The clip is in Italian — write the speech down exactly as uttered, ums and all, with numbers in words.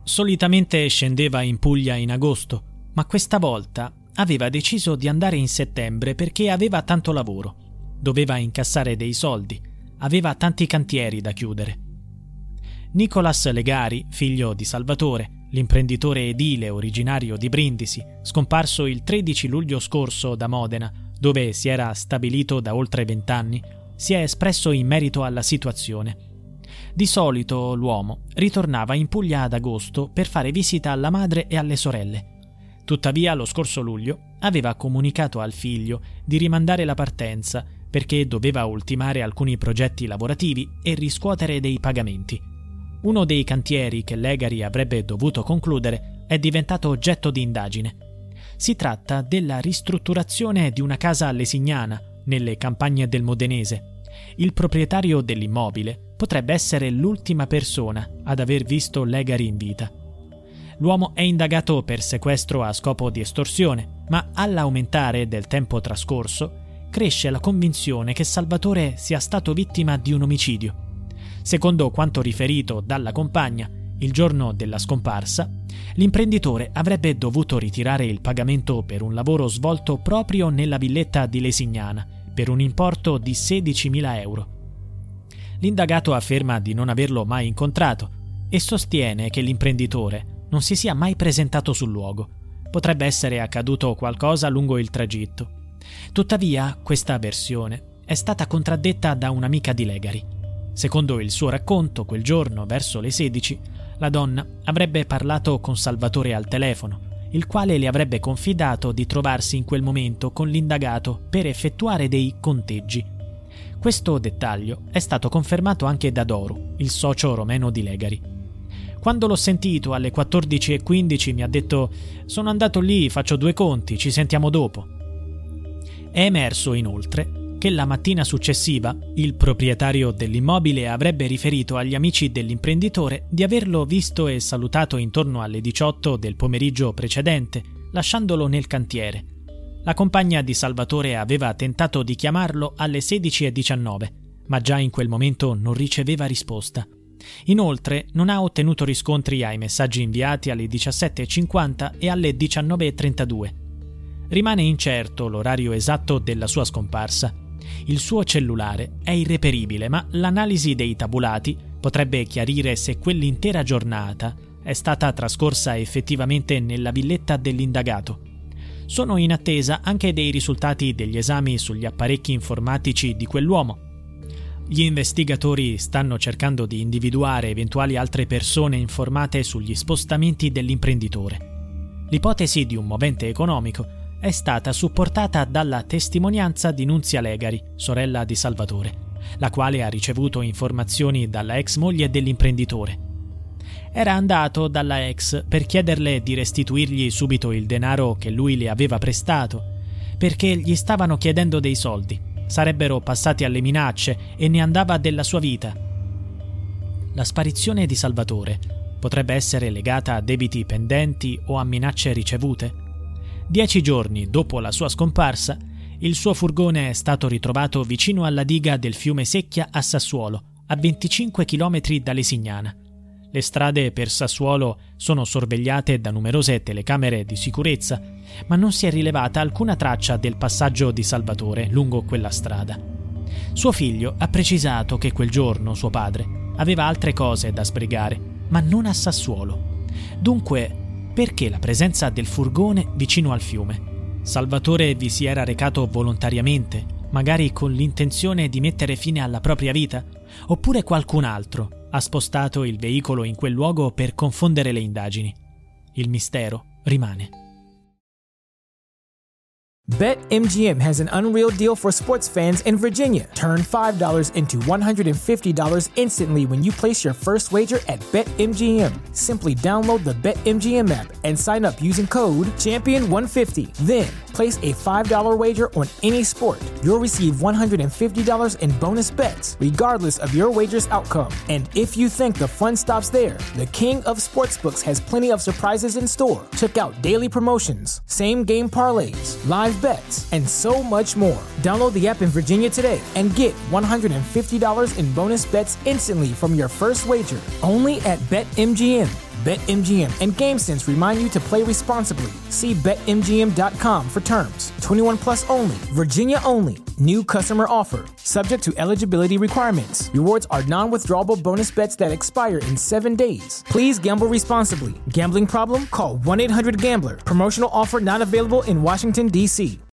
solitamente scendeva in Puglia in agosto, ma questa volta aveva deciso di andare in settembre perché aveva tanto lavoro. Doveva incassare dei soldi, aveva tanti cantieri da chiudere. Nicolas Legari, figlio di Salvatore, l'imprenditore edile originario di Brindisi, scomparso il tredici luglio scorso da Modena, dove si era stabilito da oltre vent'anni, si è espresso in merito alla situazione. Di solito l'uomo ritornava in Puglia ad agosto per fare visita alla madre e alle sorelle. Tuttavia, lo scorso luglio aveva comunicato al figlio di rimandare la partenza perché doveva ultimare alcuni progetti lavorativi e riscuotere dei pagamenti. Uno dei cantieri che Legari avrebbe dovuto concludere è diventato oggetto di indagine. Si tratta della ristrutturazione di una casa lesignana nelle campagne del Modenese. Il proprietario dell'immobile potrebbe essere l'ultima persona ad aver visto Legari in vita. L'uomo è indagato per sequestro a scopo di estorsione, ma all'aumentare del tempo trascorso cresce la convinzione che Salvatore sia stato vittima di un omicidio. Secondo quanto riferito dalla compagna, il giorno della scomparsa, l'imprenditore avrebbe dovuto ritirare il pagamento per un lavoro svolto proprio nella villetta di Lesignana, per un importo di sedicimila euro. L'indagato afferma di non averlo mai incontrato e sostiene che l'imprenditore non si sia mai presentato sul luogo. Potrebbe essere accaduto qualcosa lungo il tragitto. Tuttavia, questa versione è stata contraddetta da un'amica di Legari. Secondo il suo racconto, quel giorno, verso le sedici, la donna avrebbe parlato con Salvatore al telefono, il quale le avrebbe confidato di trovarsi in quel momento con l'indagato per effettuare dei conteggi. Questo dettaglio è stato confermato anche da Doru, il socio romeno di Legari. Quando l'ho sentito alle quattordici e quindici mi ha detto «Sono andato lì, faccio due conti, ci sentiamo dopo». È emerso inoltre che la mattina successiva il proprietario dell'immobile avrebbe riferito agli amici dell'imprenditore di averlo visto e salutato intorno alle diciotto del pomeriggio precedente, lasciandolo nel cantiere. La compagna di Salvatore aveva tentato di chiamarlo alle sedici e diciannove, ma già in quel momento non riceveva risposta. Inoltre non ha ottenuto riscontri ai messaggi inviati alle diciassette e cinquanta e alle diciannove e trentadue. Rimane incerto l'orario esatto della sua scomparsa. Il suo cellulare è irreperibile, ma l'analisi dei tabulati potrebbe chiarire se quell'intera giornata è stata trascorsa effettivamente nella villetta dell'indagato. Sono in attesa anche dei risultati degli esami sugli apparecchi informatici di quell'uomo. Gli investigatori stanno cercando di individuare eventuali altre persone informate sugli spostamenti dell'imprenditore. L'ipotesi di un movente economico è stata supportata dalla testimonianza di Nunzia Legari, sorella di Salvatore, la quale ha ricevuto informazioni dalla ex moglie dell'imprenditore. Era andato dalla ex per chiederle di restituirgli subito il denaro che lui le aveva prestato, perché gli stavano chiedendo dei soldi. Sarebbero passati alle minacce e ne andava della sua vita. La sparizione di Salvatore potrebbe essere legata a debiti pendenti o a minacce ricevute. Dieci giorni dopo la sua scomparsa, il suo furgone è stato ritrovato vicino alla diga del fiume Secchia a Sassuolo, a venticinque chilometri da Lesignana. Le strade per Sassuolo sono sorvegliate da numerose telecamere di sicurezza, ma non si è rilevata alcuna traccia del passaggio di Salvatore lungo quella strada. Suo figlio ha precisato che quel giorno suo padre aveva altre cose da sbrigare, ma non a Sassuolo. Dunque, perché la presenza del furgone vicino al fiume? Salvatore vi si era recato volontariamente, magari con l'intenzione di mettere fine alla propria vita? Oppure qualcun altro ha spostato il veicolo in quel luogo per confondere le indagini? Il mistero rimane. BetMGM has an unreal deal for sports fans in Virginia. Turn five dollars into one hundred fifty dollars instantly when you place your first wager at BetMGM. Simply download the BetMGM app and sign up using code champion one fifty. Then, place a five dollars wager on any sport. You'll receive one hundred fifty dollars in bonus bets, regardless of your wager's outcome. And if you think the fun stops there, the king of sportsbooks has plenty of surprises in store. Check out daily promotions, same-game parlays, live bets, and so much more. Download the app in Virginia today and get one hundred fifty dollars in bonus bets instantly from your first wager. Only at BetMGM. BetMGM and GameSense remind you to play responsibly. See Bet M G M dot com for terms. twenty-one plus only. Virginia only. New customer offer. Subject to eligibility requirements. Rewards are non-withdrawable bonus bets that expire in seven days. Please gamble responsibly. Gambling problem? Call one eight hundred gambler. Promotional offer not available in Washington, D C